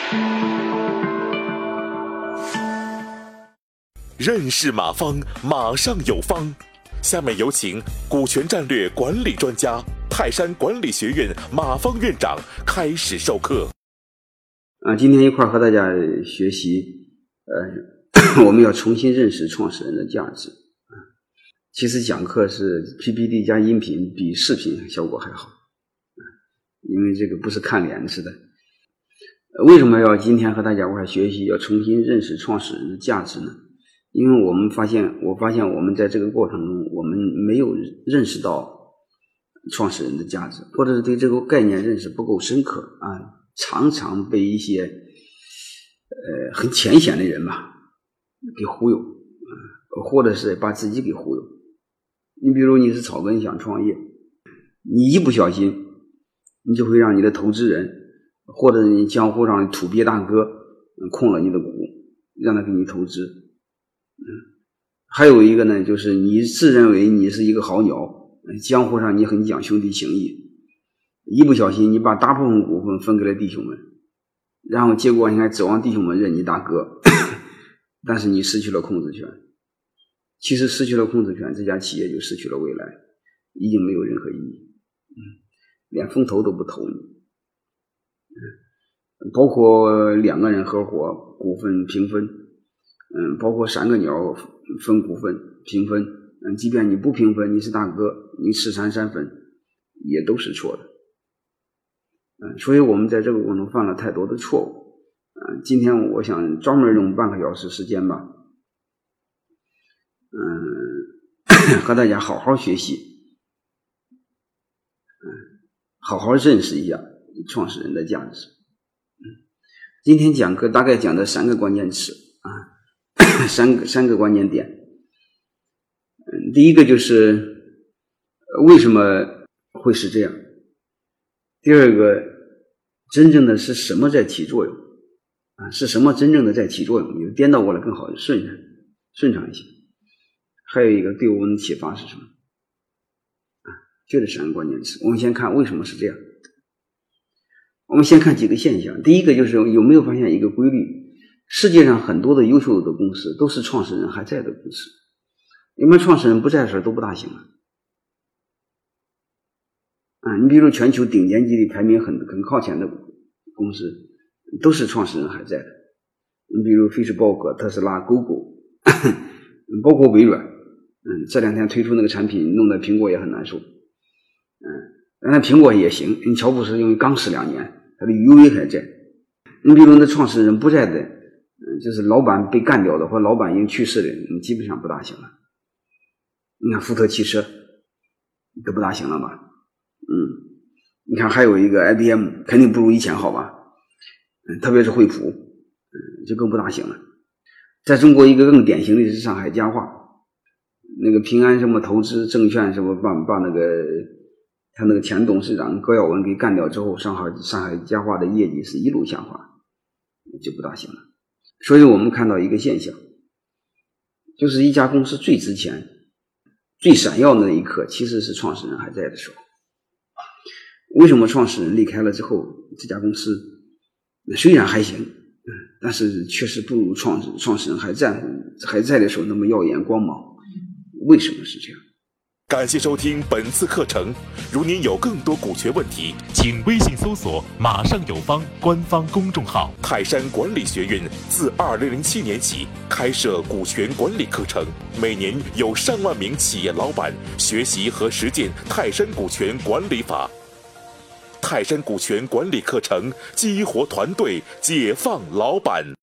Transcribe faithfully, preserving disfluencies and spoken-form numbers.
认识马方，马上有方。下面有请股权战略管理专家、泰山管理学院马方院长开始授课。 啊，今天一块和大家学习，呃，我们要重新认识创始人的价值。其实讲课是 P P T 加音频比视频效果还好，因为这个不是看脸似的。为什么要今天和大家一块学习，要重新认识创始人的价值呢？因为我们发现，我发现我们在这个过程中，我们没有认识到创始人的价值，或者是对这个概念认识不够深刻啊，常常被一些呃很浅显的人吧给忽悠啊，或者是把自己给忽悠。你比如你是草根想创业，你一不小心，你就会让你的投资人或者你江湖上的土鳖大哥控了你的股，让他给你投资。嗯，还有一个呢，就是你自认为你是一个好鸟，江湖上你很讲兄弟情谊，一不小心你把大部分股份分给了弟兄们，然后结果你还指望弟兄们认你大哥，但是你失去了控制权。其实失去了控制权，这家企业就失去了未来，已经没有任何意义，嗯，连风投都不投你。嗯，包括两个人合伙股份平分，嗯，包括三个鸟分股份平分，嗯，即便你不平分，你是大哥，你四三三分，也都是错的。嗯，所以我们在这个过程中犯了太多的错误。嗯，今天我想专门用半个小时时间吧，嗯，和大家好好学习，嗯，好好认识一下创始人的价值。嗯，今天讲课大概讲的三个关键词啊。三个三个关键点。嗯，第一个就是为什么会是这样？第二个，真正的是什么在起作用？啊，是什么真正的在起作用？你颠倒过来更好，顺畅顺畅一些。还有一个对我们的启发是什么？啊，就这三个关键词。我们先看为什么是这样。我们先看几个现象。第一个就是有没有发现一个规律？世界上很多的优秀的公司都是创始人还在的公司，因为创始人不在的时候都不大行了。啊，你比如全球顶尖级的排名很很靠前的公司，都是创始人还在的。你比如 Facebook、特斯拉、Google， 包括微软，嗯，这两天推出那个产品，弄得苹果也很难受。嗯，那苹果也行，你乔布斯因为刚死两年，他的余威还在。你比如那创始人不在的。嗯，就是老板被干掉的或老板已经去世的，你基本上不大行了。你看福特汽车都不大行了吧？嗯，你看还有一个 I B M 肯定不如以前好吧？嗯，特别是惠普，嗯，就更不大行了。在中国一个更典型的是上海家化，那个平安什么投资证券什么把把那个他那个前董事长高耀文给干掉之后，上海上海家化的业绩是一路下滑，就不大行了。所以我们看到一个现象，就是一家公司最值钱最闪耀的那一刻其实是创始人还在的时候。为什么创始人离开了之后，这家公司虽然还行，但是确实不如创始创始人还在还在的时候那么耀眼光芒？为什么是这样？ 感谢收听本次课程。如您有更多股权问题，请微信搜索“马上有方”官方公众号。泰山管理学院自二零零七年起开设股权管理课程，每年有上万名企业老板学习和实践泰山股权管理法。泰山股权管理课程激活团队，解放老板。